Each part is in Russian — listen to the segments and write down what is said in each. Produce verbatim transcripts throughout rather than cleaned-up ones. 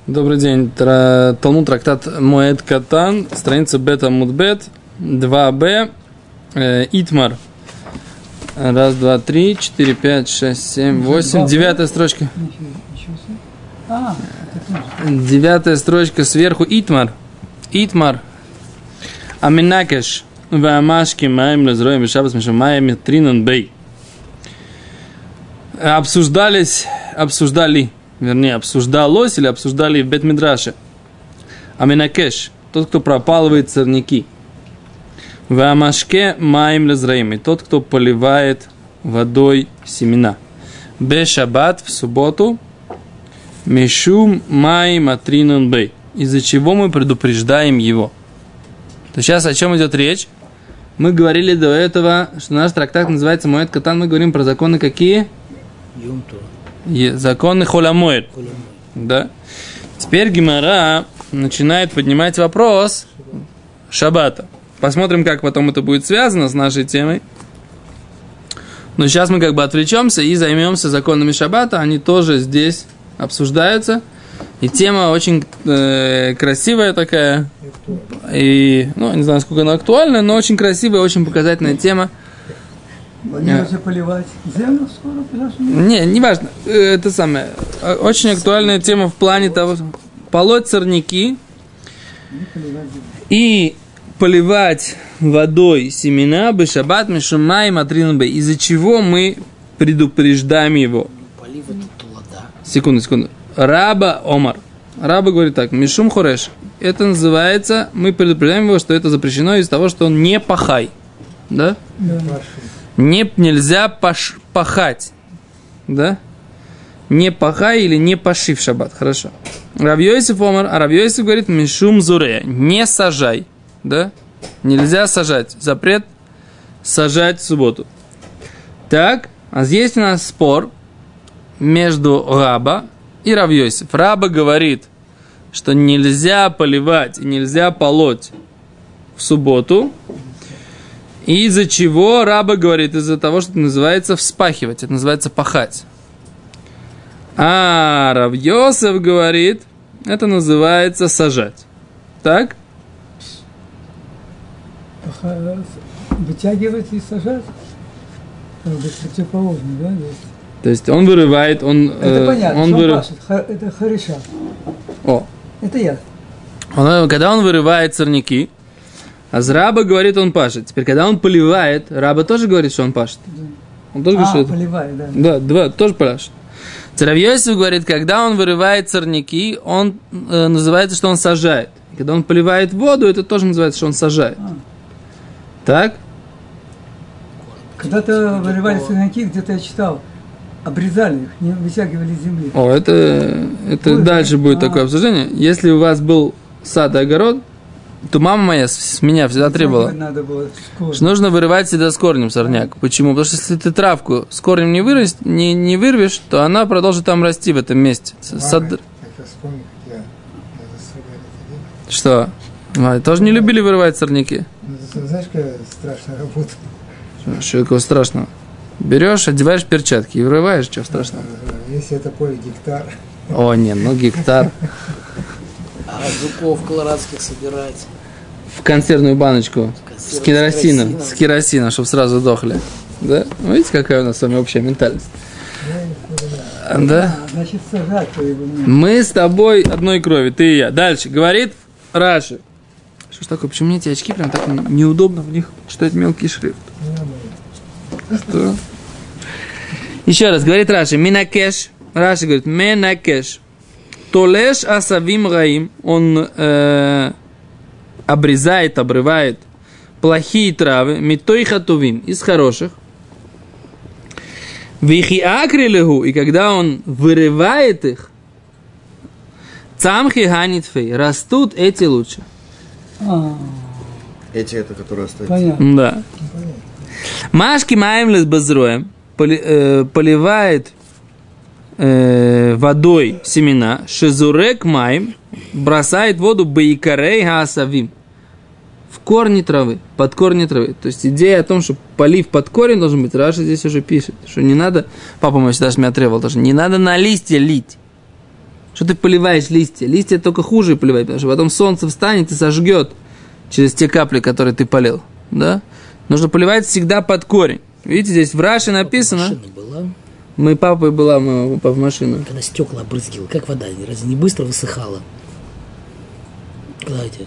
Добрый день. Талмуд трактат Моэд Катан, страница Бета Мудбет, два бэ, э, Итмар. Раз, два, три, четыре, пять, шесть, семь, восемь. Девятая строчка. Девятая строчка сверху. Итмар. Итмар. Аминакеш. Ваамашки маем лазроем вишабас мишамаем тринан бей. Обсуждались, обсуждали, вернее, обсуждалось или обсуждали в Бет-Мидраше. Аминакеш, тот, кто пропалывает сорняки. Ваамашке маем лазроем, и тот, кто поливает водой семена. Бе-шаббат, в субботу, мишум маем атринан бей, из-за чего мы предупреждаем его. То сейчас о чем идет речь? Мы говорили до этого, что наш трактат называется Моэд Катан. Мы говорим про законы какие? Законы Холямоэд. Да. Теперь Гемара начинает поднимать вопрос шаббата. Посмотрим, как потом это будет связано с нашей темой. Но сейчас мы как бы отвлечемся и займемся законами шаббата. Они тоже здесь обсуждаются. И тема очень э, красивая такая. И, ну, не знаю, сколько она актуальна, но очень красивая, очень показательная тема. Планируете поливать землю скоро? Не, не важно. Это самое. Очень актуальная тема в плане того, полоть сорняки и поливать водой семена бешаббат мишумаим атринан бей, из-за чего мы предупреждаем его. Полив это тулада. Секунду, секунду. Раба Омар. Раба говорит так, мишум хореш. Это называется, мы предупреждаем его, что это запрещено из-за того, что он не пахай. Да? Да. Не, нельзя паш, пахать. Да? Не пахай или не паши в шаббат. Хорошо. Рав Йосеф Омар, а Рав Йосеф говорит, мишум зуре. Не сажай. Да? Нельзя сажать. Запрет сажать в субботу. Так, а здесь у нас спор между Раба и Рав Йосеф. Раба говорит, что нельзя поливать и нельзя полоть в субботу. И из-за чего Раба говорит? Из-за того, что это называется вспахивать, это называется пахать. А Рав Йосеф говорит, это называется сажать. Так? Вытягивать и сажать? Это противоположно, да? То есть он вырывает, он... Это э, понятно, он что вырыв... он пашет. Ха, это хариша. О. Это я. Он, когда он вырывает сорняки, а с Раба говорит, он пашет. Теперь, когда он поливает, Раба тоже говорит, что он пашет. Да. Он тоже а, говорит, что поливает, да. Да, два, тоже пашет. Рав Йосеф говорит, когда он вырывает сорняки, он э, называется, что он сажает. И когда он поливает воду, это тоже называется, что он сажает. А. Так? Когда-то вырывали сорняки, где-то я читал, обрезали их, не вытягивали из земли. О, это, это Будет, дальше да? будет А. такое обсуждение. Если у вас был сад и огород, то мама моя с меня всегда требовала, Надо было что нужно вырывать всегда с корнем сорняк. Почему? Потому что если ты травку с корнем не, вырос, не, не вырвешь, то она продолжит там расти в этом месте. Сад... Что? А, тоже не любили вырывать сорняки? Ну, знаешь, какая страшная работа? Что такого страшного? Берешь, одеваешь перчатки и вырываешь, что страшного? Если это поле гектар. О, не, ну гектар. А жуков колорадских собирать. В консервную баночку с керосином, с керосином, чтобы сразу дохли. Да? Ну, видите, какая у нас с вами общая ментальность? Да? Значит, сажать его. Мы с тобой одной крови, ты и я. Дальше, говорит Раши. Что ж такое, почему мне эти очки прям так неудобно в них читать мелкий шрифт? Что? Еще раз, говорит Раши, минакеш. Раши говорит, минакеш. Толеш асавим раим, он э, обрезает, обрывает плохие травы, митой хатувим, из хороших. Вихи акрилегу, и когда он вырывает их, цамхи ганитфей, растут эти лучше. А, Эти это, которые остаются. понятно. Да. Машки маем лес базроем, поливает э, водой семена, шезурек маем, бросает воду бейкарей хаасавим, в корни травы, под корни травы. То есть идея о том, что полив под корень должен быть, Раша здесь уже пишет, что не надо, папа мой всегда меня требовал тоже, не надо на листья лить, Что ты поливаешь листья? Листья только хуже поливать, потому что потом солнце встанет и сожгет через те капли, которые ты полил. Да? Нужно поливать всегда под корень. Видите, здесь в Раши написано... Машина была. Мы папой была, мы папа машина. Когда стекла обрызгивал, как вода, разве не быстро высыхала? Знаете,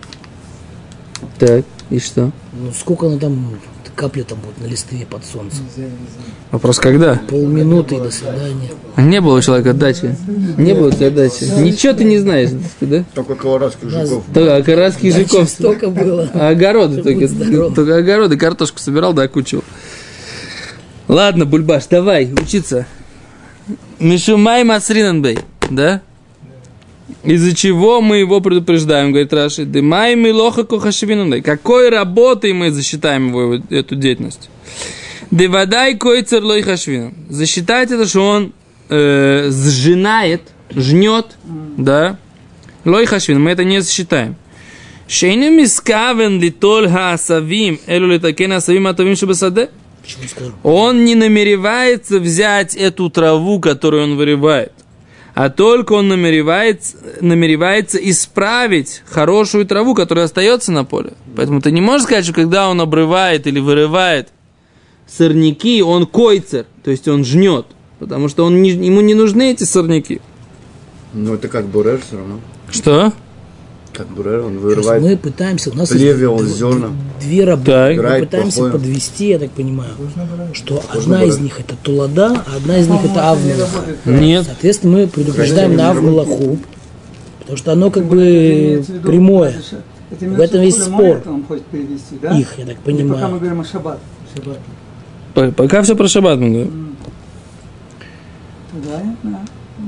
Так, и что? ну сколько она там, капли там будет на листве под солнцем? Нельзя, нельзя. Вопрос, когда? Полминуты и до свидания. Не было у человека дачи. Не было у тебя дачи. Ничего ты не знаешь, да? Только колорадских жуков. Только а карасских жуков. Столько было. А огороды Будь только, здоров. только огороды, картошку собирал, да, окучивал. Ладно, Бульбаш, давай, учиться. Мишумай Масринанбей, да? Из-за чего мы его предупреждаем, говорит Раши. Дымай милоха кохашвинанбей. Какой работой мы засчитаем его, эту деятельность? Девадай койцер лой хашвинан. Засчитать это, что он э, сжинает, жнет, да? Лой хашвинан, мы это не засчитаем. Шейну мискавен литоль хаасавим, элу литакен асавим атовим шебесаде. Почему скажу? Он не намеревается взять эту траву, которую он вырывает, а только он намеревается, намеревается исправить хорошую траву, которая остается на поле. Поэтому ты не можешь сказать, что когда он обрывает или вырывает сорняки, он койцер, то есть он жнет, потому что он не, ему не нужны эти сорняки. Ну, это как бурер все равно. Что? Как бурер, он Сейчас вырывает. мы пытаемся, у нас плевел, есть зерна. д- две работы. Так. Мы Играет пытаемся плохое. подвести, я так понимаю, что Можно одна из было. них это тулада, а одна из них это авмелаха. Нет. Соответственно, мы предупреждаем на авмелаху, потому что оно как бы Имеется в виду, прямое. это В этом весь Хуля спор. Моэта он хочет перевести, да? Их, я так Или пока мы понимаю. говорим о шаббат. Шаббат. П- Пока все про шаббат мы говорим. Да, да.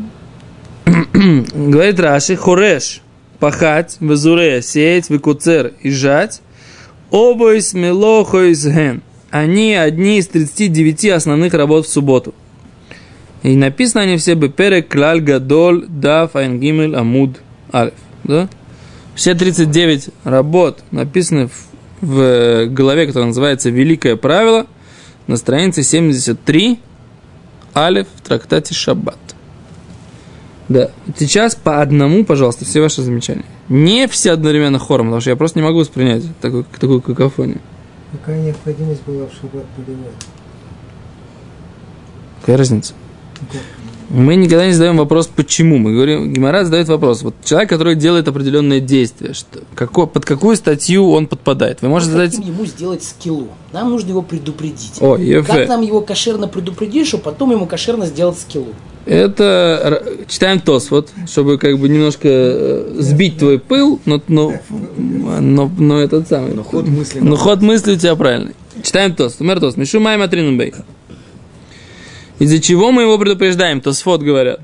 Говорит Раши, хореш, пахать, везурея, сеять, выкуцер и жать, обоис мелохоис ген. Они одни из тридцати девяти основных работ в субботу. И написано они все беперек, клаль, гадоль, даф, айнгимель, амуд, алиф. Да? Все тридцать девять работ написаны в, в главе, которая называется «Великое правило», на странице семьдесят три, алиф, в трактате «Шаббат». Да. Сейчас по одному, пожалуйста, все ваши замечания. Не все одновременно хором, потому что я просто не могу воспринять такую, такую какофонию. Какая необходимость была в шаббат поливать? Какая разница? Мы никогда не задаем вопрос, почему. Мы говорим, Гемара задает вопрос. Вот человек, который делает определенное действие, что, како, под какую статью он подпадает. Вы можете Мы задать... хотим ему сделать скиллу. Нам нужно его предупредить. О, Как ефе. нам его кошерно предупредить, чтобы потом ему кошерно сделать скиллу? Это р- читаем Тосфот, чтобы как бы немножко э, сбить твой пыл, но, но, но, но этот самый. Но ход мысли. Но ход мысли у тебя правильный. Читаем Тос. Умер Тос. Мишу май матрину бей. Из-за чего мы его предупреждаем? Тосфот говорят.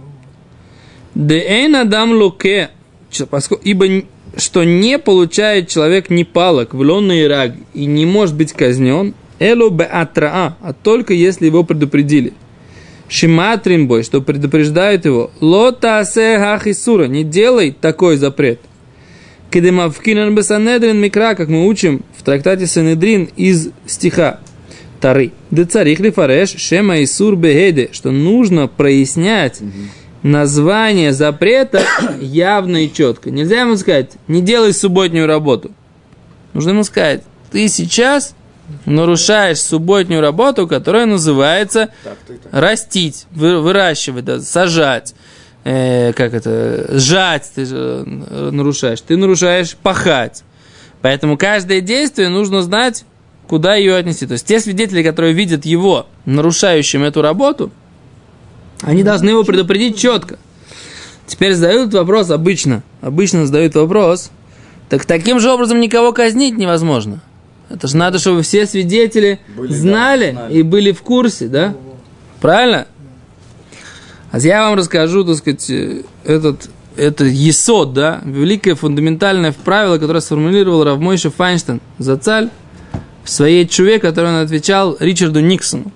Де эйн адам луке. Ибо н- что не получает человек ни палок, влонный раг, и не может быть казнен, элу бе атраа, а только если его предупредили. Шиматрин бой, что предупреждают его. Лота се хахисура, не делай такой запрет. Кедемавкинан бесанедрин микра, как мы учим в трактате Санедрин из стиха Тары. Де царих лифареш шема исур бегеде, что нужно прояснять название запрета явно и четко. Нельзя ему сказать, не делай субботнюю работу. Нужно ему сказать, ты сейчас нарушаешь субботнюю работу, которая называется Так, ты так. растить, вы- выращивать, да, сажать, э, как это, сжать ты же э, нарушаешь. Ты нарушаешь пахать. Поэтому каждое действие нужно знать, куда ее отнести. То есть те свидетели, которые видят его нарушающим эту работу, они должны его предупредить четко. Теперь задают вопрос обычно. Обычно задают вопрос, так таким же образом никого казнить невозможно. Это же надо, чтобы все свидетели Были, знали, да, знали. и были в курсе, да? Правильно? А я вам расскажу, так сказать, э, этот, это есод, да, великое фундаментальное правило, которое сформулировал Рав Мойше Файнштейн Зацаль в своей чуве, которой он отвечал Ричарду Никсону.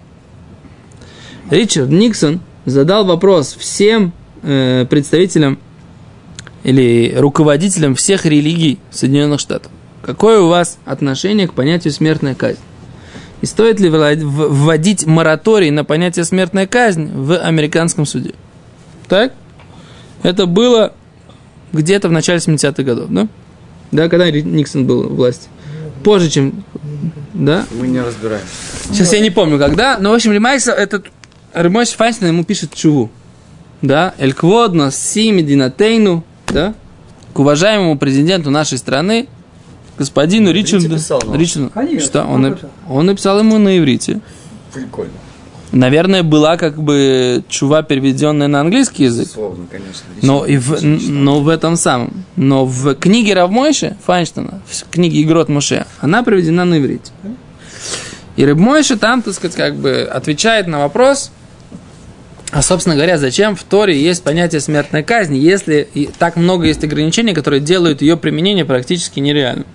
Ричард Никсон задал вопрос всем э, представителям или руководителям всех религий Соединенных Штатов. Какое у вас отношение к понятию смертная казнь? И стоит ли вводить мораторий на понятие смертная казнь в американском суде? Так? Это было где-то в начале семидесятых годов, да? Да, когда Никсон был в власти. Позже, чем... Да? Мы не разбираемся. Сейчас я не помню, когда. Но, в общем, Лемайса, этот Рабмойше Файнштейн ему пишет чуву. Да? Эль кводно си мединатейну, да? К уважаемому президенту нашей страны, господину Ричарду. Ричарду. Что? Он, он написал ему на иврите. Прикольно. Наверное, была как бы чува, переведенная на английский язык. Словно, конечно. Но, и в, но в этом самом. Но в книге Рав Мойше Файнштейна, в книге Игрот Моше, она переведена на иврите. И Рав Мойше там, так сказать, как бы отвечает на вопрос, а, собственно говоря, зачем в Торе есть понятие смертной казни, если и так много есть ограничений, которые делают ее применение практически нереальным.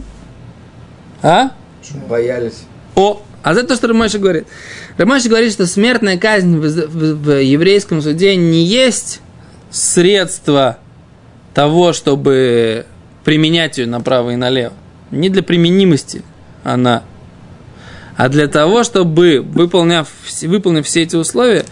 А? Боялись. О! А за то, что Рав Мойше говорит. Рав Мойше говорит, что смертная казнь в, в, в еврейском суде не есть средство того, чтобы применять ее направо и налево. Не для применимости она, а для того, чтобы, выполняв, выполнив все эти условия,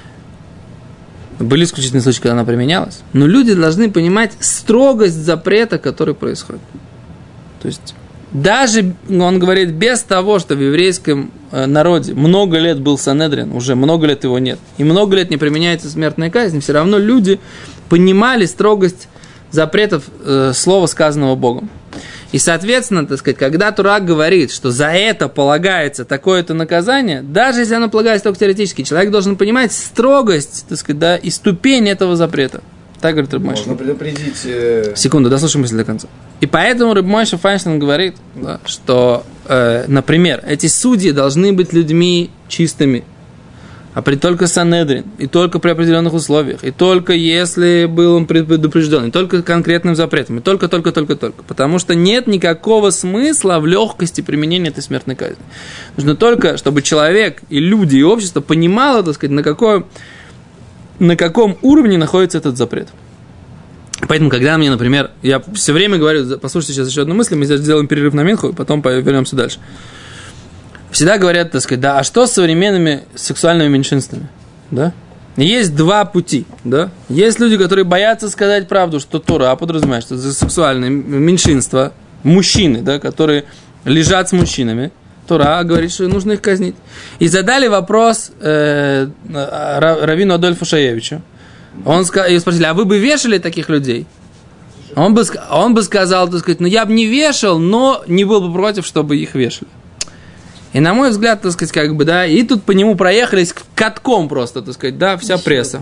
были исключительные случаи, когда она применялась, но люди должны понимать строгость запрета, который происходит. То есть... Даже, он говорит, без того, что в еврейском народе много лет был Санедрин, уже много лет его нет, и много лет не применяется смертная казнь, все равно люди понимали строгость запретов э, слова, сказанного Богом. И, соответственно, так сказать, когда Тора говорит, что за это полагается такое-то наказание, даже если оно полагается только теоретически, человек должен понимать строгость, так сказать, да, и ступень этого запрета. Так говорит Раб Мойше. Можно предупредить... Э... Секунду, дослушай мысль до конца. И поэтому Раб Мойше Файнштейн говорит, да, что, э, например, эти судьи должны быть людьми чистыми, а при только Санедрин, и только при определенных условиях, и только если был он предупрежден, и только конкретным запретом, и только, только, только, только. Потому что нет никакого смысла в легкости применения этой смертной казни. Нужно только, чтобы человек и люди, и общество понимало, так сказать, на какой... на каком уровне находится этот запрет. Поэтому, когда мне, например, я все время говорю, послушайте сейчас еще одну мысль, мы здесь сделаем перерыв на минху, и потом вернемся дальше. Всегда говорят, так сказать, да, а что с современными сексуальными меньшинствами? Да? Есть два пути, да? Есть люди, которые боятся сказать правду, что Тора подразумевает, что это сексуальные меньшинства, мужчины, да, которые лежат с мужчинами, Тора говорит, что нужно их казнить. И задали вопрос э, раввину Адольфу Шаевичу. Он сказал, и спросили, а вы бы вешали таких людей? Он бы, он бы сказал, так сказать, ну я бы не вешал, но не был бы против, чтобы их вешали. И на мой взгляд, так сказать, как бы, да, и тут по нему проехались катком просто, так сказать, да, вся пресса.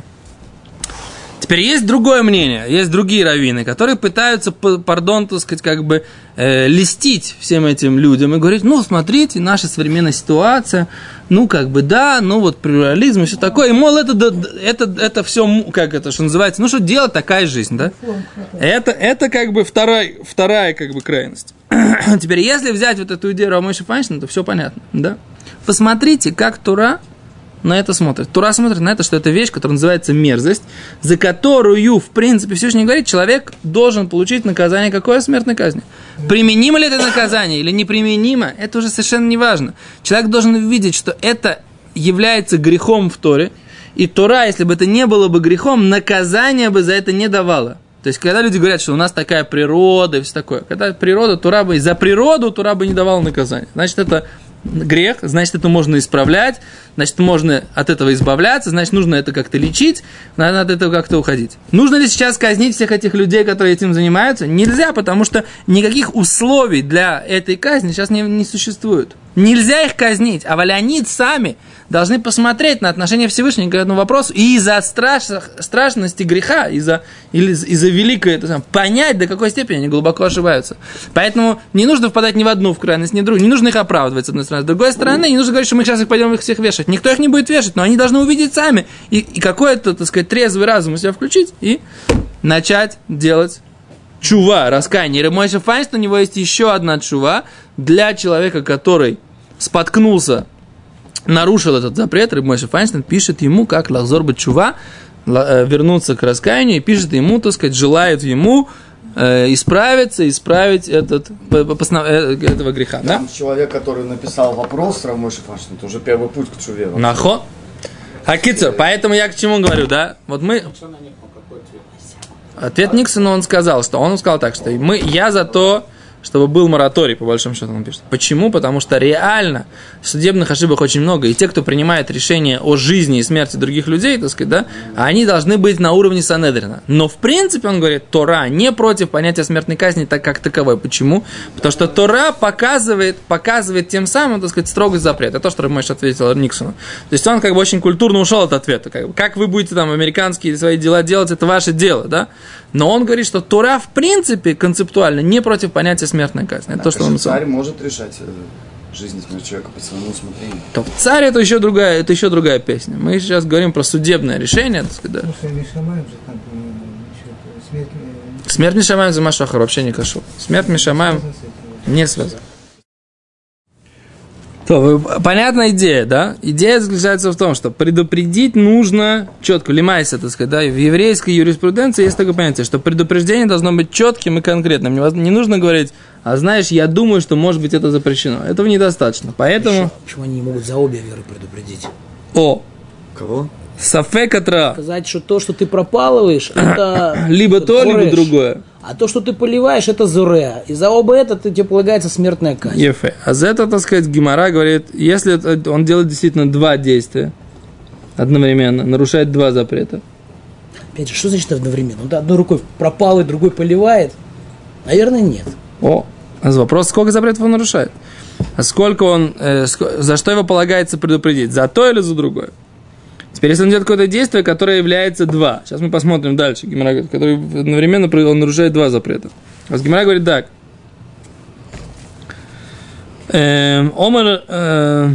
Теперь есть другое мнение, есть другие раввины, которые пытаются, пардон, так сказать, как бы э, льстить всем этим людям и говорить, ну, смотрите, наша современная ситуация, ну, как бы, да, ну, вот плюрализм и все такое, и, мол, это, это, это все, как это, что называется, ну, что делать, такая жизнь, да? Это, это как бы вторая, вторая, как бы, крайность. Теперь, если взять вот эту идею Рав Мойше Файнштейна, то все понятно, да? Посмотрите, как Тора на это смотрит. Тора смотрит на это, что это вещь, которая называется мерзость, за которую, в принципе, Всевышний говорит, человек должен получить наказание какой смертной казни. Применимо ли это наказание или неприменимо, это уже совершенно не важно. Человек должен увидеть, что это является грехом в Торе, и Тора, если бы это не было бы грехом, наказание бы за это не давало. То есть, когда люди говорят, что у нас такая природа и все такое, когда природа, Тора бы, за природу Тора бы не давала наказания. Значит, это грех, значит, это можно исправлять, значит, можно от этого избавляться, значит, нужно это как-то лечить, надо от этого как-то уходить. Нужно ли сейчас казнить всех этих людей, которые этим занимаются? Нельзя, потому что никаких условий для этой казни сейчас не, не существует. Нельзя их казнить, а они сами должны посмотреть на отношение Всевышнего к этому вопросу и из-за страш, страшности греха, из-за, или из-за великой, это, понять, до какой степени они глубоко ошибаются. Поэтому не нужно впадать ни в одну в крайность, ни в другую. Не нужно их оправдывать, с одной стороны. С другой стороны, не нужно говорить, что мы сейчас их пойдем их всех вешать. Никто их не будет вешать, но они должны увидеть сами. И, и какой-то, так сказать, трезвый разум у себя включить и начать делать чува, раскаяние. Рав Мойше Файнштейн, у него есть еще одна чува для человека, который споткнулся, нарушил этот запрет. Рав Мойше Файнштейн пишет ему, как лахзор бет чува, вернуться к раскаянию, и пишет ему, так сказать, желает ему э, исправиться, исправить этот, этого греха. Там да? человек, который написал вопрос Рав Мойше Файнштейн, это уже первый путь к чуве. Нахо. Хакицер, поэтому я к чему говорю, да? Вот мы... Ответ Никсона, он сказал, что он сказал так, что мы, я за то, чтобы был мораторий, по большому счету, он пишет. Почему? Потому что реально судебных ошибок очень много, и те, кто принимает решения о жизни и смерти других людей, так сказать, да, они должны быть на уровне Санедрина. Но, в принципе, он говорит, Тора не против понятия смертной казни так как таковой. Почему? Потому что Тора показывает, показывает тем самым, так сказать, строгость запрета. Это то, что Рамэш ответил Никсону. То есть он как бы очень культурно ушел от ответа. Как, бы, как вы будете там американские свои дела делать, это ваше дело, да? Но он говорит, что Тора, в принципе, концептуально не против понятия смертной казни. Это а то, что он царь может решать жизнь и смерть человека по своему усмотрению. То царь это еще другая, это еще другая песня. Мы сейчас говорим про судебное решение, так сказать, да. Слушай, Мишамаем же там смерть... Смерть Мишамаем за Машахар вообще не кашу. Смерть Мишамаем не связана. То, понятная идея, да? Идея заключается в том, что предупредить нужно четко, лимайся, так сказать, да, в еврейской юриспруденции есть такое понятие, что предупреждение должно быть четким и конкретным. Не нужно говорить, а знаешь, я думаю, что может быть это запрещено. Этого недостаточно, поэтому... Почему они не могут за обе веры предупредить? О! Кого? Сафекатра. Сказать, что то, что ты пропалываешь, это... Либо то, хореш. либо другое. А то, что ты поливаешь, это зуреа. И за оба это тебе полагается смертная казнь. Ефе. А за это, так сказать, Гемара говорит, если он делает действительно два действия одновременно, нарушает два запрета. Опять же, что значит одновременно? Он одной рукой пропалывает, другой поливает? Наверное, нет. О, вопрос, сколько запретов он нарушает? А сколько он, э, ск- за что его полагается предупредить? За то или за другое? Теперь, если он делает какое-то действие, которое является два. Сейчас мы посмотрим дальше. Гемара говорит, который одновременно он нарушает два запрета. А Гемара говорит так. Эм, Омар э,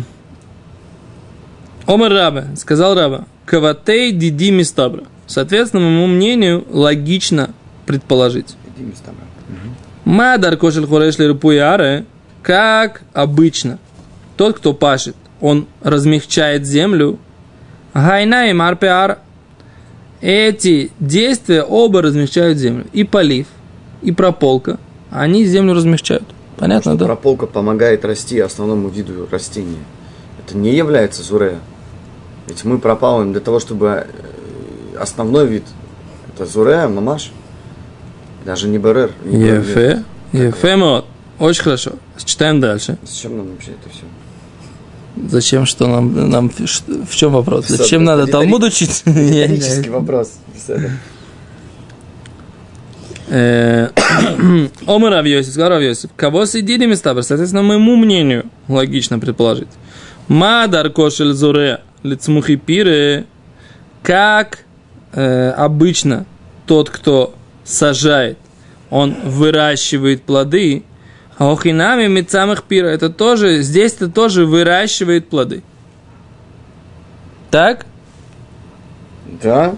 Омар Раба, сказал Раба, Каватей диди мистабра. Соответственно, моему мнению, логично предположить. Мадар кошель хорешли рупуяре, как обычно. Тот, кто пашет, он размягчает землю. Гайна и марпиар. Эти действия оба размягчают землю. И полив, и прополка. Они землю размягчают. Понятно, да? Прополка помогает расти основному виду растения. Это не является зурея. Ведь мы пропалываем для того, чтобы основной вид, это зурея, мамаш, даже не берер. Ефе, ефе мод. Очень хорошо. Читаем дальше. Зачем нам вообще это все? Зачем, что нам, нам в чем вопрос? Все, Зачем надо Талмуд учить? Риторический вопрос. Омар Рав Йосиф, сказал Рав Йосиф, кого сидели места, соответственно, моему мнению, логично предположить. Мадар кошель зуре лицмухи пире, как э, обычно тот, кто сажает, он выращивает плоды. А охинами мецамых пира, это тоже, здесь это тоже выращивает плоды. Так? Да.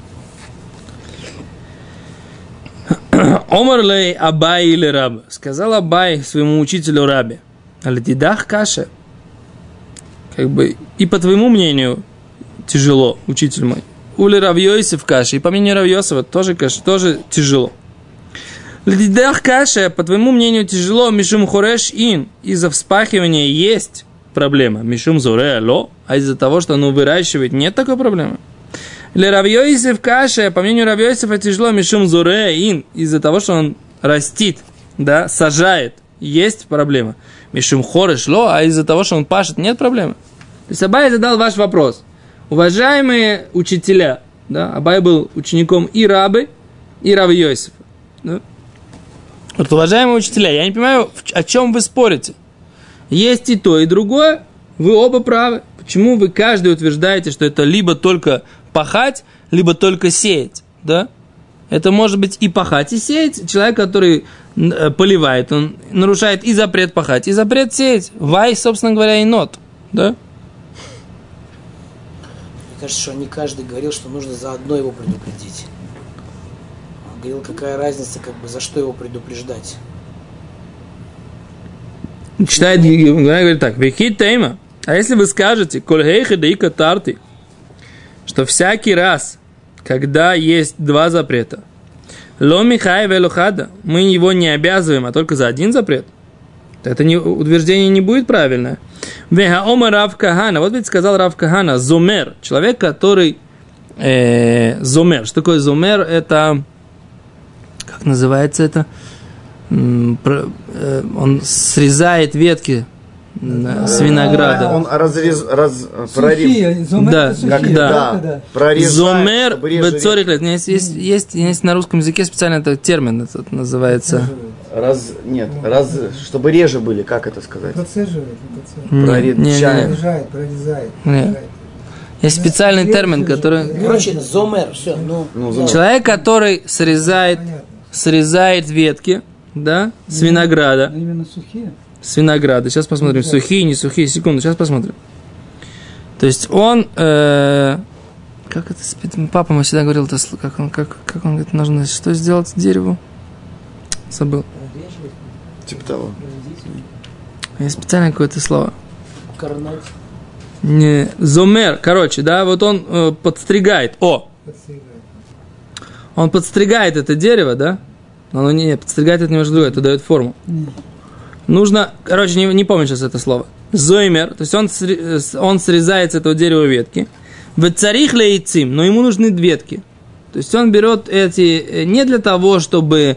Омар лей Абай или Раб. Сказал Абай своему учителю Рабе. Альдидах каша. Как бы, и по твоему мнению, тяжело, учитель мой. Ули Рав Йосиф каша. И по мнению Рав Йосифа тоже каша, тоже тяжело. Лидах каша, по твоему мнению, тяжело, мишум хореш ин, из-за вспахивания есть проблема, мишум зуре ло, а из-за того, что оно выращивает, нет такой проблемы. Для Рав Йосиф каша, по мнению Рав Йосифа, тяжело, мишум зуре ин, из-за того, что он растит, да, сажает, есть проблема. Мишум хореш ло, а из-за того, что он пашет, нет проблемы. То есть Абай задал ваш вопрос. Уважаемые учителя, да, Абай был учеником и Рабы, и Рав Йосифа, да? Вот, уважаемые учителя, я не понимаю, о чем вы спорите. Есть и то, и другое, вы оба правы. Почему вы каждый утверждаете, что это либо только пахать, либо только сеять, да? Это может быть и пахать, и сеять. Человек, который поливает, он нарушает и запрет пахать, и запрет сеять. Вай, собственно говоря, и нот, да? Мне кажется, что не каждый говорил, что нужно заодно его предупредить. Говорил, какая разница, как бы, за что его предупреждать. Читает, говорит так, вехит тейма. А если вы скажете, кольхейхи да и катарты, что всякий раз, когда есть два запрета, ло михай велухада, мы его не обязываем, а только за один запрет, это не, утверждение не будет правильное. Веха ома Рав Кахана, вот ведь сказал Рав Кахана, зумер, человек, который э, зомер. Что такое зомер? Это, как называется это? М, про, э, он срезает ветки э, с винограда. Он разрез, раз, прорез, Сухие, зомер Да, это сухие, как, да, да. прорезает, Зомер чтобы реже бецорик лет. Есть, есть, есть, есть на русском языке специально этот термин этот называется. раз, нет, раз, чтобы реже были, как это сказать? Процеживает, Не, Прорез- не, не. чай. прорезает, прорезает. Не. прорезает. Есть специальный термин, который... Короче, это зомер, все, ну, Ну, да. Человек, который срезает, Понятно. срезает ветки, да, с винограда. Но именно сухие. С винограда. Сейчас посмотрим, сухие, не сухие. Секунду, сейчас посмотрим. То есть он... э, как это... спи- Папа мне всегда говорил, это, сл- как, он, как, как он говорит, нужно что сделать дереву? Забыл. Типа того. Есть специальное какое-то слово. Коронать. Не, зомер, короче, да, вот он э, подстригает. О, Подстригает. он подстригает это дерево, да? Но оно не, подстригает это немножко другое, это дает форму. Нужно, короче, не, не помню сейчас это слово. Зоймер, то есть он, сре- он срезает с этого дерева ветки. В царих лейцим, но ему нужны ветки. То есть он берет эти э, не для того, чтобы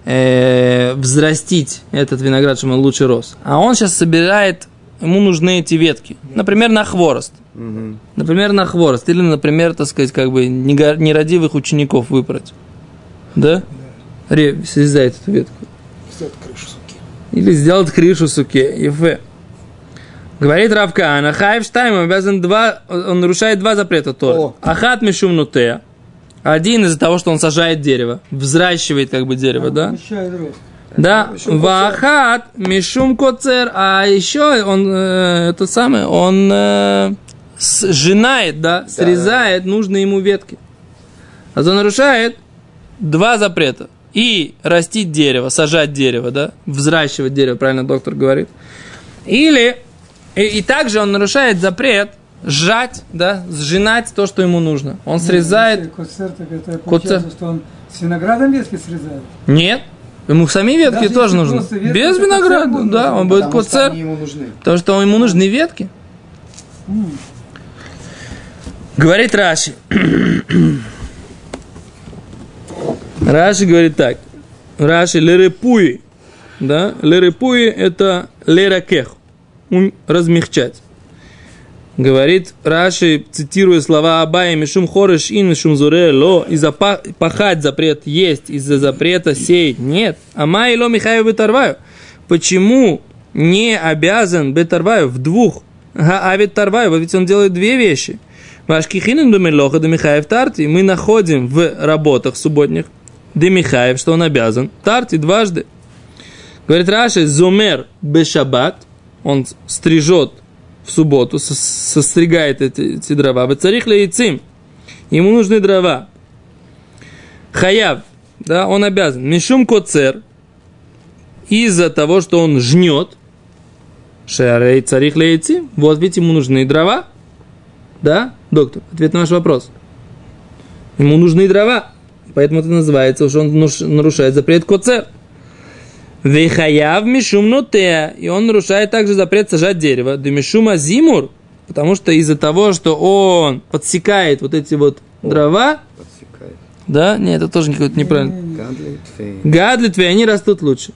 э, взрастить этот виноград, чтобы он лучше рос, а он сейчас собирает, ему нужны эти ветки. Например, на хворост. Мгм. Например, на хворост. Или, например, так сказать, как бы нега- нерадивых учеников выбрать. Да? Ре- срезает эту ветку. Сделать крышу, суки. Или сделать крышу суке. Ефе. Говорит Рав Каана, Хайв Штайм обязан два, он нарушает два запрета Торы. О. Ахат мишум нутея. Один из-за того, что он сажает дерево, взращивает как бы дерево, да? Обещает рост. Да, Мишум вахат, мишум коцер, а еще он, э, это самое, он э, сжинает, да, срезает нужные ему ветки. А то нарушает два запрета. И растить дерево, сажать дерево, да, взращивать дерево, правильно доктор говорит. Или, и, и также он нарушает запрет сжать, да, сжинать то, что ему нужно. Он срезает... Коцер, так это Коцер. получается, что он с виноградом ветки срезает. Нет, ему сами ветки Даже тоже если нужны. просто ветки, Без то винограда, коцер да, нужен. он будет Потому что коцер. они ему нужны. Потому что ему нужны ветки. Говорит Раши. Раши говорит так. Раши лерепуи. Да? Лерепуи это леракех. Размягчать. Говорит Раши, цитируя слова Абая, мишум хореш ин мишум зуре ло, из-за пахать запрет есть, из-за запрета сеять нет. Амай ло михаю бетарваю. Почему не обязан бетарваю в двух? А бетарваю, ведь он делает две вещи. Вашкихинен до мелоха до Михаев тарти. Мы находим в работах субботних до Михаев, что он обязан. Тарти дважды. Говорит Раши, зомер бешабат, он стрижет в субботу, состригает эти, эти дрова. Бецарих лейцим, ему нужны дрова. Хаяв, да, он обязан. Мишум коцер, из-за того, что он жнет. Шеарей царих лейцим, вот ведь ему нужны дрова. Да, доктор, ответ на ваш вопрос. Ему нужны дрова, поэтому это называется, что он нарушает запрет коцер. Вехаяв мишум нотея, и он нарушает также запрет сажать дерево. Да мишума зимур, потому что из-за того, что он подсекает вот эти вот дрова, Подсекает. да, нет, это тоже какое-то неправильно. Гадли тфей. Гадли твои, они растут лучше.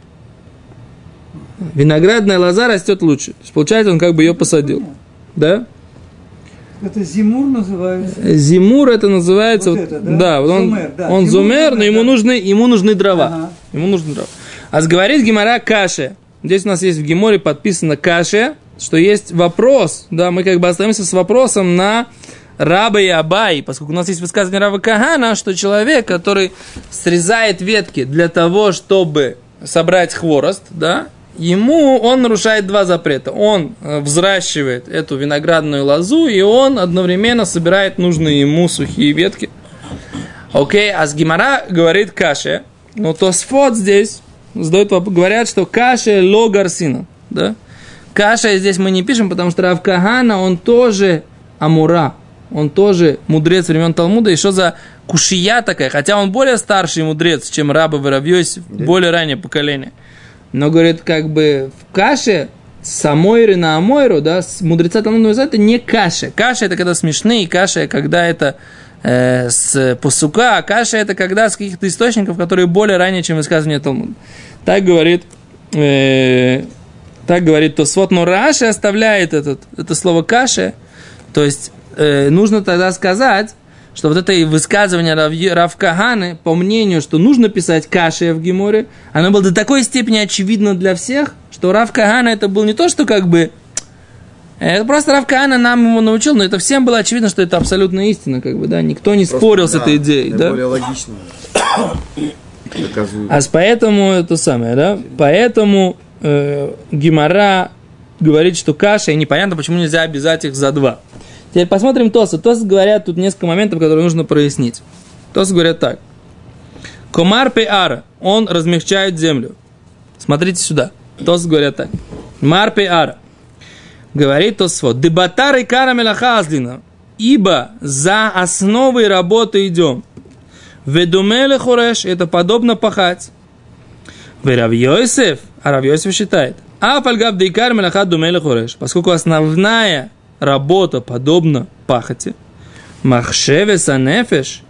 Виноградная лоза растет лучше. То есть, получается, он как бы ее посадил. Да? Это зимур называется. Зимур это называется. Вот Вот это, да? да, вот он, Зумер, да. он Зимур, зумер, но ему да. нужны, ему нужны дрова. Ага. Ему нужны дрова. А говорит Гемара каше. Здесь у нас есть в Геморе подписано каше, что есть вопрос. Да, мы как бы остаемся с вопросом на Раба и Абай, поскольку у нас есть высказывание Рава Кахана, что человек, который срезает ветки для того, чтобы собрать хворост, да, ему он нарушает два запрета. Он э, взращивает эту виноградную лозу, и он одновременно собирает нужные ему сухие ветки. Окей, а с Гемара говорит каше. Но Тосфот здесь задает вопрос, говорят, что каше ло гарсина. Да? Каша здесь мы не пишем, потому что Рав Кахана, он тоже амура. Он тоже мудрец времен Талмуда. И что за кушия такая? Хотя он более старший мудрец, чем Раба Рав Йосиф, более раннее поколение. Но, говорит, как бы в каше с Амойры на Амойру, да, с мудреца Талмуда, это не каша. Каша это когда смешные, каша когда это э, с пасука, а каша это когда с каких-то источников, которые более ранее, чем высказывание Талмуда. Так говорит, э, так говорит Тосфот, но Раши оставляет этот, это слово каша, то есть э, нужно тогда сказать, что вот это высказывание Рав, Рав Каханы, по мнению, что нужно писать каши в Геморе, оно было до такой степени очевидно для всех, что Рав Кахана это был не то, что как бы... Это просто Рав Кахана нам его научил, но это всем было очевидно, что это абсолютная истина, как бы, да, никто не просто, спорил да, с этой идеей, да. Более логично. А поэтому это самое, да, поэтому э, Гемара говорит, что каша, и непонятно, почему нельзя обязать их за два. Теперь посмотрим Тосы. Тосы говорят тут несколько моментов, которые нужно прояснить. Тосы говорят так. Комар пеара, он размягчает землю. Смотрите сюда. Тосы говорят так. Мар пеара. Говорит Тосфот. Дебатар и кара мелаха азлина. Ибо за основой работы идем. Ведумеле хореш, это подобно пахать. Ве Рав Йосеф, а Рав Йосеф считает. А фальгав дейкар мелаха думеле хореш. Поскольку основная работа подобна пахоте. Махшевес анефеш.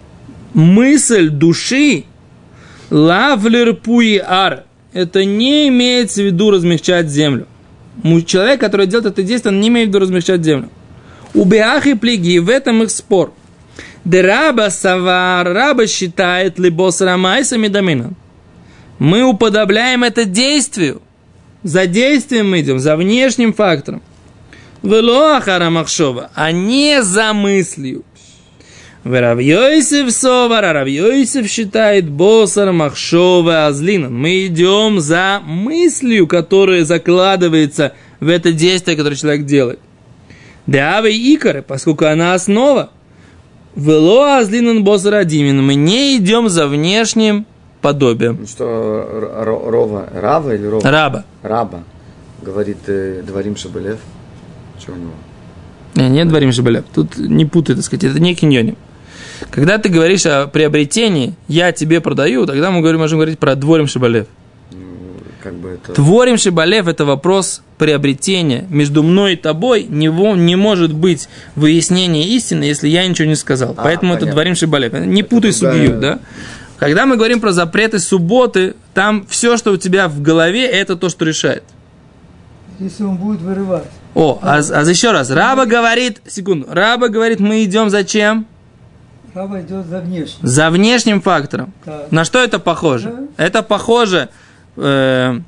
Мысль души. Лавлер пуи ар. Это не имеется в виду размягчать землю. Человек, который делает это действие, он не имеет в виду размягчать землю. Убиахи плеги, в этом их спор. Дераба савар, раба считает либос рамайса медамина. Мы уподобляем это действию. За действием мы идем, за внешним фактором. Велоахара махшова, а не за мыслью. Рав Йосеф совар, а Рав Йосеф считает босар махшова азлинан. Мы идем за мыслью, которая закладывается в это действие, которое человек делает. Деавы икары, поскольку она основа. Вело азлинан босар адимин. Мы не идем за внешним подобием. Что, Рова, Рава или Рова? Раба. Раба. Говорит э, Дварим Шабелев. Что у него? Не, нет Дварим Шабелев. Тут не путай, так сказать, это не киньоним. Когда ты говоришь о приобретении, я тебе продаю, тогда мы говорим, можем говорить про Дворим Шабелев. Ну, как бы это... Дворим Шабелев – это вопрос приобретения. Между мной и тобой не, не может быть выяснения истины, если я ничего не сказал. А, поэтому понятно. Это Дворим Шабелев. Не путай это судью, да. да? Когда мы говорим про запреты субботы, там все, что у тебя в голове, это то, что решает. Если он будет вырывать. О, а, а еще раз. Раба говорит, секунду, Раба говорит, мы идем зачем? Раба идет за внешним. За внешним фактором. Так. На что это похоже? Да. Это похоже э,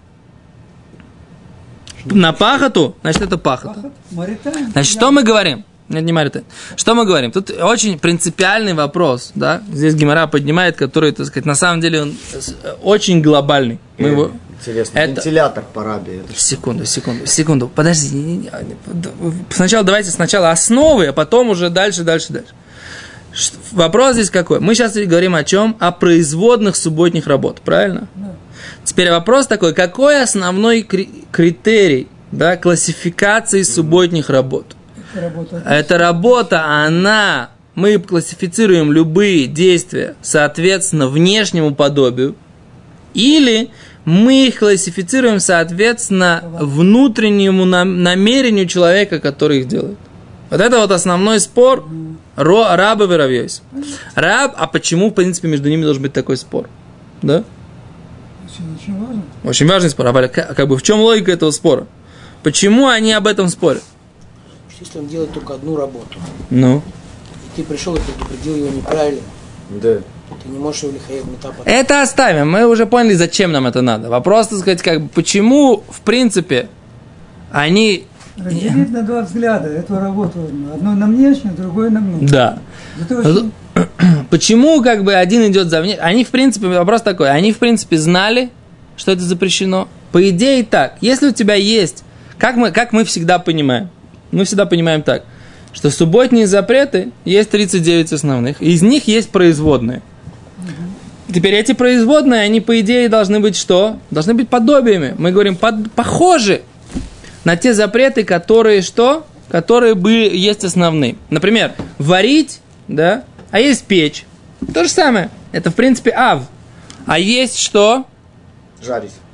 на пахоту, значит, это пахота. Пахот? Значит, что мы говорим? Нет, не маритайн. Что мы говорим? Тут очень принципиальный вопрос, да? Здесь Гемара поднимает, который, так сказать, на самом деле он очень глобальный. Мы его... Интересно, это... вентилятор по Рабе. Секунду, секунду, секунду. Подожди. Сначала давайте сначала основы, а потом уже дальше, дальше, дальше. Вопрос здесь какой? Мы сейчас говорим о чем? О производных субботних работ, правильно? Да. Теперь вопрос такой, какой основной критерий, да, классификации субботних работ? Это работа, Это работа, она, мы классифицируем любые действия соответственно внешнему подобию, или мы их классифицируем соответственно внутреннему намерению человека, который их делает. Вот это вот основной спор Ро, Раба и Рав Йосеф. Раб, а почему, в принципе, между ними должен быть такой спор? Да? Очень, очень важно. Очень важный спор. А как, как бы в чем логика этого спора? Почему они об этом спорят? Если он делает только одну работу, ну? и ты пришел и предупредил его неправильно, да. Ты не можешь его лихаев метапа. Это оставим. Мы уже поняли, зачем нам это надо. Вопрос, так сказать, как бы, почему, в принципе, они... Разделить на два взгляда эту работу. Одно на внешнее, другое на внутреннее. Да. Очень... Почему как бы один идет за внешнее? Они, в принципе, вопрос такой. Они, в принципе, знали, что это запрещено. По идее так. Если у тебя есть... Как мы, как мы всегда понимаем? Мы всегда понимаем так, что субботние запреты есть тридцать девять основных. Из них есть производные. Угу. Теперь эти производные, они, по идее, должны быть что? Должны быть подобиями. Мы говорим, под, похожи на те запреты, которые что? Которые были, есть основные. Например, варить, да, а есть печь. То же самое. Это, в принципе, ав. А есть что? Жарить.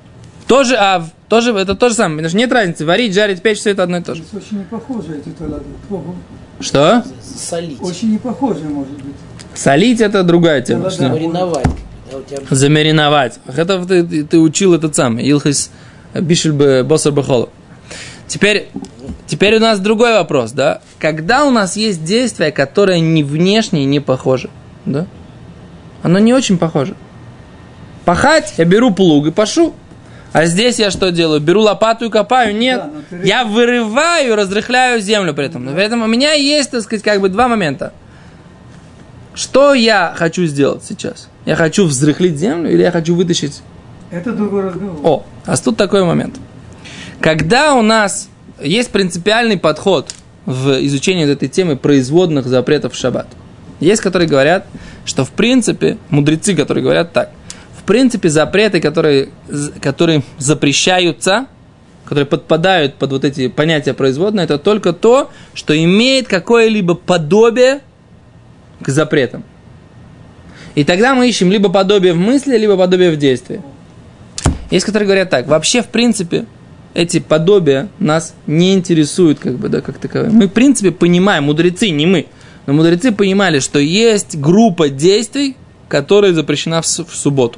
Тоже ав, тоже, это то же самое. Потому что нет разницы. Варить, жарить, печь, все это одно и то же. Это очень не похоже, эти толады. Что? Солить. Очень не похоже, может быть. Солить это другая тема. Да, да. Мариновать. Да, у тебя... Замариновать. Это ты, ты, ты учил этот самый. Илхис бишель босар бахолов. Теперь, теперь у нас другой вопрос, да? Когда у нас есть действие, которое не внешне не похоже, да? Оно не очень похоже. Пахать, я беру плуг и пашу. А здесь я что делаю? Беру лопату и копаю? Нет. Да, ты... Я вырываю, разрыхляю землю при этом. Но поэтому у меня есть, так сказать, как бы два момента. Что я хочу сделать сейчас? Я хочу взрыхлить землю или я хочу вытащить? Это другой разговор. О, а тут такой момент. Когда у нас есть принципиальный подход в изучении этой темы производных запретов в шаббат, есть, которые говорят, что в принципе, мудрецы, которые говорят так, в принципе, запреты, которые, которые запрещаются, которые подпадают под вот эти понятия производные, это только то, что имеет какое-либо подобие к запретам. И тогда мы ищем либо подобие в мысли, либо подобие в действии. Есть, которые говорят так, вообще, в принципе, эти подобия нас не интересуют, как бы, да, как таковые. Мы, в принципе, понимаем, мудрецы, не мы, но мудрецы понимали, что есть группа действий, которая запрещена в, в субботу.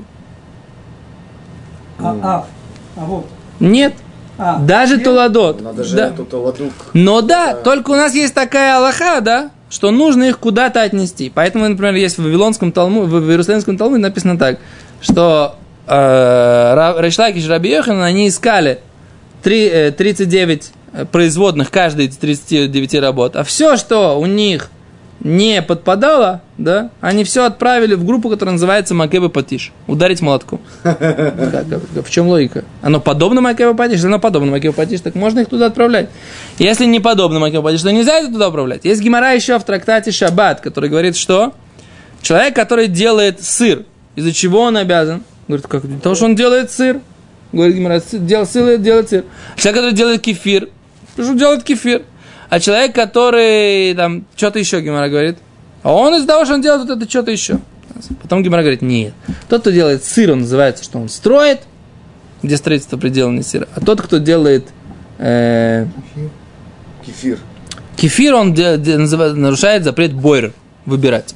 А, а, а вот. Нет. А, даже нет? толадот. Надо же Да. эту толадук. Но да, только у нас есть такая алаха, да, что нужно их куда-то отнести. Поэтому, например, есть в Вавилонском Талмуде, в Иерусалимском Талмуде написано так, что э, Рейш Лакиш и Раби Йохан, они искали три, тридцать девять производных каждой из тридцати девяти работ, а все, что у них не подпадало, да, они все отправили в группу, которая называется Макеба Патиш. Ударить молотком. В чем логика? Оно подобно Макеба Патиш? Если оно подобно Макеба Патиш, так можно их туда отправлять. Если не подобно Макеба Патиш, то нельзя это туда отправлять. Есть гемара еще в трактате Шаббат, который говорит, что человек, который делает сыр, из-за чего он обязан? Говорит, как? Потому что он делает сыр. Говорит гемара, делает сыр, делает сыр. Человек, который делает кефир, что делает кефир. А человек, который там что-то еще, гемара говорит, а он из-за того, что он делает вот это что-то еще. Потом гемара говорит, нет. Тот, кто делает сыр, он называется, что он строит, где строительство приделанный сыр. А тот, кто делает э, Кефир. кефир, он де, де, называет, нарушает запрет бойр выбирать.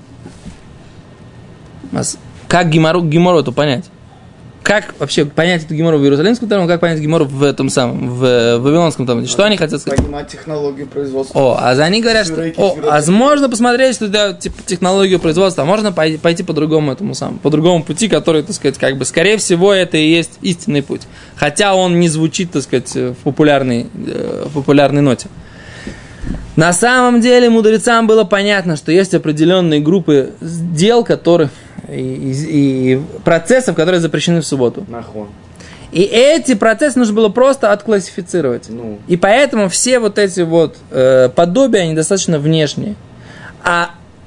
Как гемору, гемору это понять? Как вообще понять эту гемору в Иерусалимском Талмуде, как понять гемору в этом самом, в Вавилонском Талмуде? Что они хотят сказать? Понимать технологию производства. О, а они говорят, что о, а можно посмотреть, что это типа, технологию производства, а можно пойти, пойти по другому этому самому, по другому пути, который, так сказать, как бы, скорее всего, это и есть истинный путь. Хотя он не звучит, так сказать, в популярной, в популярной ноте. На самом деле мудрецам было понятно, что есть определенные группы дел, которые и, и, и процессов, которые запрещены в субботу. Нахон. И эти процессы нужно было просто отклассифицировать. Ну. И поэтому все вот эти вот э, подобия, они достаточно внешние. А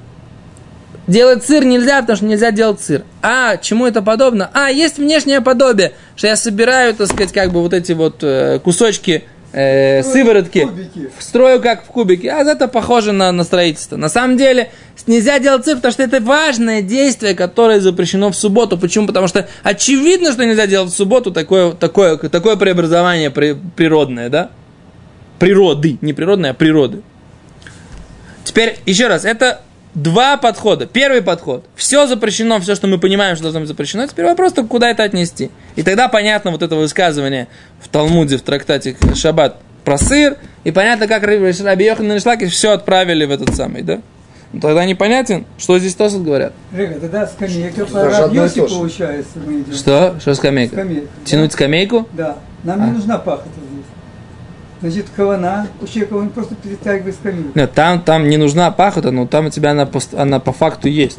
делать сыр нельзя, потому что нельзя делать сыр. А чему это подобно? А, есть внешнее подобие, что я собираю, так сказать, как бы вот эти вот э, кусочки э, сыворотки, строю как в кубике, а это похоже на, на строительство. На самом деле нельзя делать сыр, потому что это важное действие, которое запрещено в субботу. Почему? Потому что очевидно, что нельзя делать в субботу такое, такое, такое преобразование природное, да? Природы, не природное, а природы. Теперь, еще раз, это два подхода. Первый подход. Все запрещено, все, что мы понимаем, что должно быть запрещено. Теперь вопрос только, куда это отнести. И тогда понятно вот это высказывание в Талмуде, в трактате Шаббат про сыр. И понятно, как Раби Йохан и Рейш Лакиш все отправили в этот самый, да? Но тогда непонятен, что здесь Тосфот говорят. Рега, тогда скамейка по Даже одно и Рабьёси то же. получается. Мы идем. Что? Что скамейка? Скамейка. Тянуть скамейку? Да. Нам А. не нужна пахота здесь. Значит, кавана, у человека он просто перетягивает скамейку. Нет, там, там не нужна пахота, но там у тебя она, пост- она по факту есть.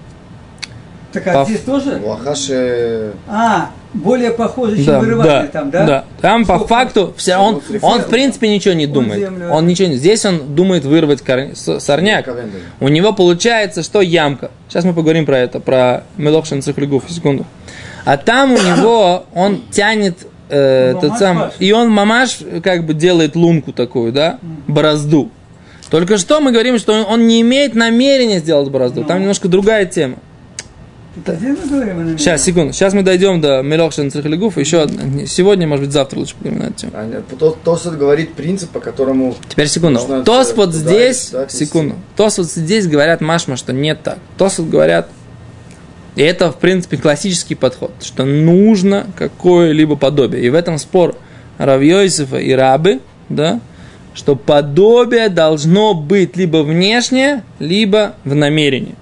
Так а По- здесь тоже? Лахаши. А, более похоже, чем Да, вырыватель да, там, да? да. Там по Сколько? факту вся, он, он в принципе ничего не Он думает. землю- Он ничего не. Здесь он думает вырвать кор- с- сорняк. У него получается, что ямка. Сейчас мы поговорим про это, про Мелохшин Цихлигуф, секунду. А там у него он тянет э, Он тот мамаш самый, пашет. и он мамаш как бы делает лунку такую, да, борозду. Только что мы говорим, что он, он не имеет намерения сделать борозду. Ну. Там немножко другая тема. Так, где мы говорим о намерении? Сейчас, секунду. Сейчас мы дойдем до Мелохшин Црихалигуф. Еще одна. Сегодня, может быть, завтра лучше поговорим на эту тему. А, Тосфот говорит принцип, по которому... Теперь секунду. Нужно Тосфот туда здесь... туда отнести. Секунду. Тосфот здесь говорят машма, что нет так. Тосфот говорят... И это, в принципе, классический подход. Что нужно какое-либо подобие. И в этом спор Рав Йосефа и Рабы, да, что подобие должно быть либо внешнее, либо в намерении.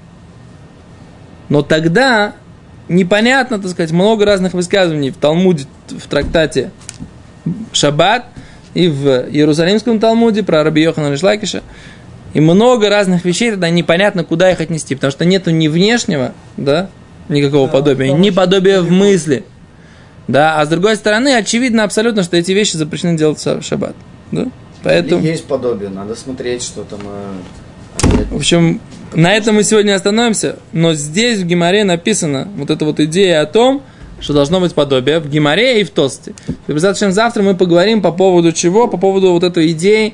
Но тогда непонятно, так сказать, много разных высказываний в Талмуде, в трактате Шаббат и в Иерусалимском Талмуде про Раби Йоханана иш Лакиша. И много разных вещей, тогда непонятно, куда их отнести, потому что нету ни внешнего, да, никакого да, подобия, ни подобия в мысли. Да, а с другой стороны, очевидно абсолютно, что эти вещи запрещены делать в Шаббат. Да? Поэтому... Есть подобие, надо смотреть, что там... В общем, на этом мы сегодня остановимся, но здесь в Гемаре написано вот эта вот идея о том, что должно быть подобие в Гемаре и в Тосте. И зачем завтра мы поговорим по поводу чего? По поводу вот этой идеи,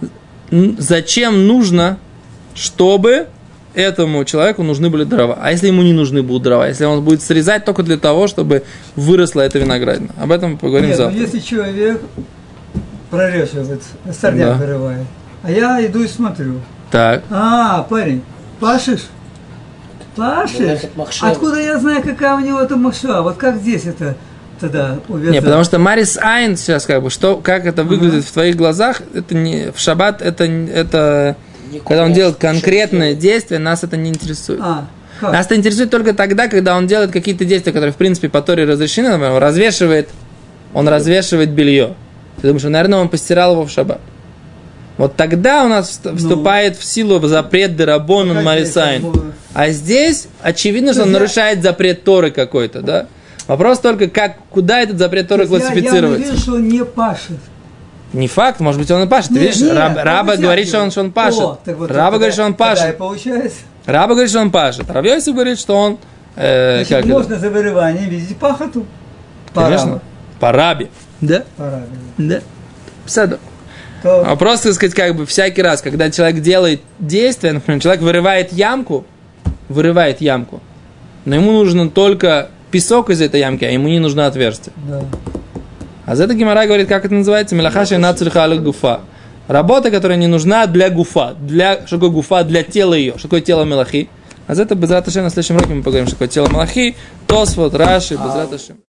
зачем нужно, чтобы этому человеку нужны были дрова. А если ему не нужны будут дрова? Если он будет срезать только для того, чтобы выросла эта виноградина. Об этом мы поговорим Нет, завтра. Ну, если человек прореживает, сорняк да. вырывает, а я иду и смотрю. Так. А, парень, пашешь? Пашешь? Откуда я знаю, какая у него там махша? Вот как здесь это тогда увязать? Не, потому что Марис Айн сейчас как бы, что, как это выглядит uh-huh. в твоих глазах, это не, в шаббат это, это когда он делает конкретное действие, нас это не интересует. А, как? Нас это интересует только тогда, когда он делает какие-то действия, которые в принципе по Торе разрешены, например, он развешивает, он развешивает белье. Ты думаешь, наверное, он постирал его в шаббат. Вот тогда у нас вступает ну, в силу запрет Дерабон он Марисайн. А здесь очевидно, что он я... нарушает запрет Торы какой-то, да? Вопрос только, как, куда этот запрет Торы классифицируется. Я, я вижу, что он не пашет. Не факт, может быть, он и пашет. Нет, Ты видишь, нет, Раб, Раба говорит, что он, что он пашет. О, вот Раба говорит, что он пашет. Получается. Раба говорит, что он пашет. Рав Йосеф говорит, что он... Э, Значит, как можно это? за вырывание видеть пахоту. По Конечно. Рабу. По Рабе. Да? По Рабе. Да. Псадо. То... А просто, так сказать, как бы всякий раз, когда человек делает действие, например, человек вырывает ямку, вырывает ямку, но ему нужен только песок из этой ямки, а ему не нужно отверстие. Да. А за это Гемара говорит, как это называется? Мелахаши нацриха аль гуфа. Работа, которая не нужна для гуфа. Для, что такое гуфа? Для тела ее. Что такое тело Мелахи? А за это Безрат Ашем на следующем уроке мы поговорим, что такое тело Мелахи, Тосфот, Раши, Безрат Ашем.